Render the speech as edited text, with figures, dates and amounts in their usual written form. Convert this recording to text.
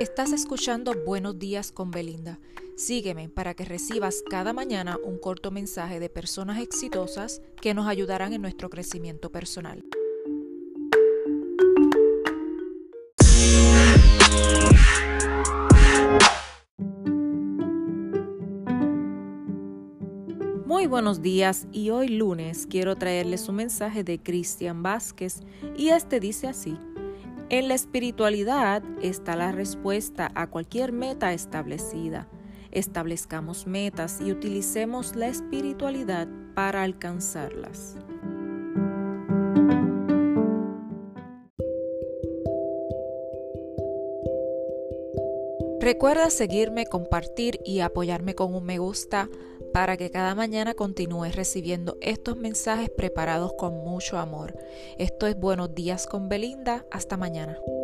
Estás escuchando Buenos Días con Belinda. Sígueme para que recibas cada mañana un corto mensaje de personas exitosas que nos ayudarán en nuestro crecimiento personal. Muy buenos días y hoy lunes quiero traerles un mensaje de Cristian Vázquez y este dice así: en la espiritualidad está la respuesta a cualquier meta establecida. Establezcamos metas y utilicemos la espiritualidad para alcanzarlas. Recuerda seguirme, compartir y apoyarme con un me gusta para que cada mañana continúes recibiendo estos mensajes preparados con mucho amor. Esto es Buenos Días con Belinda. Hasta mañana.